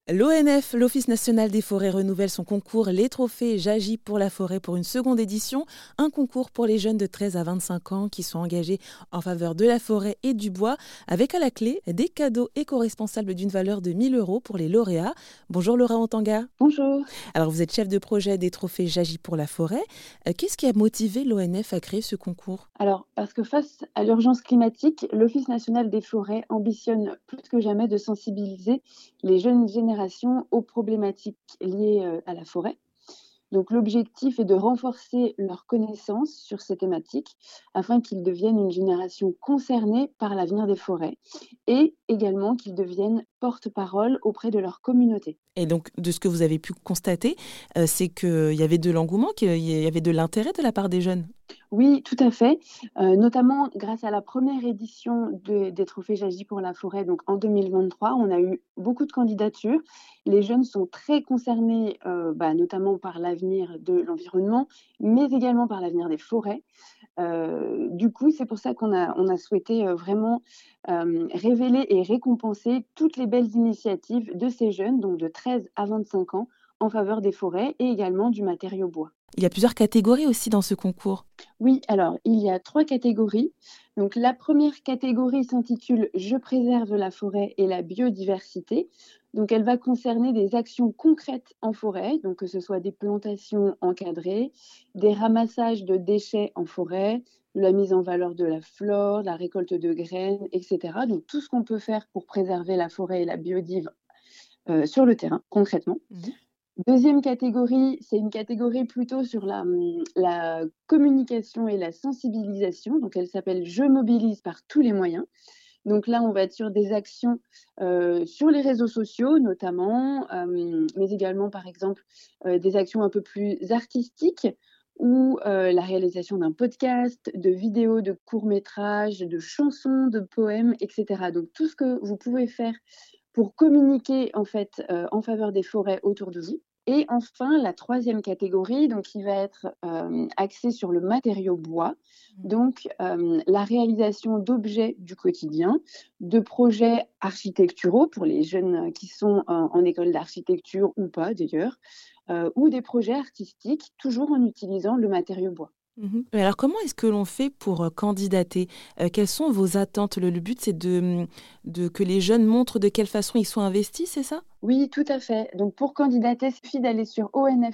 L'ONF, l'Office national des forêts, renouvelle son concours Les Trophées J'agis pour la forêt pour une seconde édition. Un concours pour les jeunes de 13 à 25 ans qui sont engagés en faveur de la forêt et du bois, avec à la clé des cadeaux éco-responsables d'une valeur de 1 000 € pour les lauréats. Bonjour Laura Ontanga. Bonjour. Alors vous êtes chef de projet des Trophées J'agis pour la forêt. Qu'est-ce qui a motivé l'ONF à créer ce concours ? Alors, parce que face à l'urgence climatique, l'Office national des forêts ambitionne plus que jamais de sensibiliser les jeunes générations aux problématiques liées à la forêt. Donc l'objectif est de renforcer leurs connaissances sur ces thématiques afin qu'ils deviennent une génération concernée par l'avenir des forêts et également qu'ils deviennent porte-parole auprès de leur communauté. Et donc, de ce que vous avez pu constater, c'est qu'il y avait de l'engouement, qu'il y avait de l'intérêt de la part des jeunes. Oui, tout à fait, notamment grâce à la première édition des Trophées J'agis pour la forêt, donc en 2023, on a eu beaucoup de candidatures. Les jeunes sont très concernés, notamment par l'avenir de l'environnement, mais également par l'avenir des forêts. Du coup, c'est pour ça qu'on a souhaité vraiment révéler et récompenser toutes les belles initiatives de ces jeunes, donc de 13 à 25 ans, en faveur des forêts et également du matériau bois. Il y a plusieurs catégories aussi dans ce concours. Oui, alors il y a 3 catégories. Donc la première catégorie s'intitule Je préserve la forêt et la biodiversité. Donc elle va concerner des actions concrètes en forêt, donc que ce soit des plantations encadrées, des ramassages de déchets en forêt, de la mise en valeur de la flore, de la récolte de graines, etc. Donc tout ce qu'on peut faire pour préserver la forêt et la biodive sur le terrain, concrètement. Deuxième catégorie, c'est une catégorie plutôt sur la communication et la sensibilisation. Donc, elle s'appelle Je mobilise par tous les moyens. Donc là, on va être sur des actions sur les réseaux sociaux notamment, mais également, par exemple, des actions un peu plus artistiques ou la réalisation d'un podcast, de vidéos, de courts-métrages, de chansons, de poèmes, etc. Donc, tout ce que vous pouvez faire pour communiquer en fait en faveur des forêts autour de vous. Et enfin, la troisième catégorie, donc, qui va être axée sur le matériau bois, donc la réalisation d'objets du quotidien, de projets architecturaux pour les jeunes qui sont en école d'architecture ou pas d'ailleurs, ou des projets artistiques, toujours en utilisant le matériau bois. Mais alors, comment est-ce que l'on fait pour candidater ? Quelles sont vos attentes ? Le but, c'est que les jeunes montrent de quelle façon ils sont investis, c'est ça ? Oui, tout à fait. Donc pour candidater, il suffit d'aller sur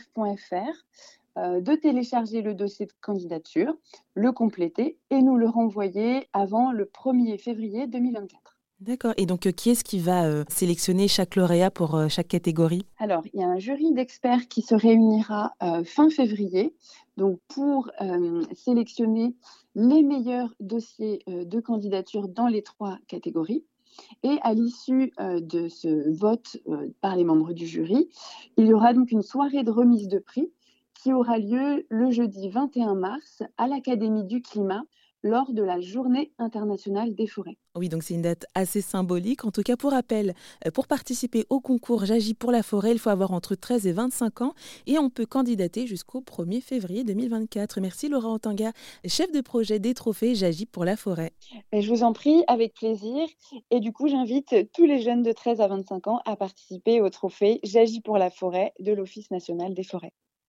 onf.fr, de télécharger le dossier de candidature, le compléter et nous le renvoyer avant le 1er février 2024. D'accord. Et donc, qui est-ce qui va sélectionner chaque lauréat pour chaque catégorie ? Alors, il y a un jury d'experts qui se réunira fin février, donc pour sélectionner les meilleurs dossiers de candidature dans les 3 catégories. Et à l'issue de ce vote par les membres du jury, il y aura donc une soirée de remise de prix qui aura lieu le jeudi 21 mars à l'Académie du Climat lors de la Journée internationale des forêts. Oui, donc c'est une date assez symbolique. En tout cas, pour rappel, pour participer au concours J'agis pour la forêt, il faut avoir entre 13 et 25 ans et on peut candidater jusqu'au 1er février 2024. Merci Laura Ontanga, chef de projet des Trophées J'agis pour la forêt. Et je vous en prie, avec plaisir. Et du coup, j'invite tous les jeunes de 13 à 25 ans à participer au trophée J'agis pour la forêt de l'Office national des forêts.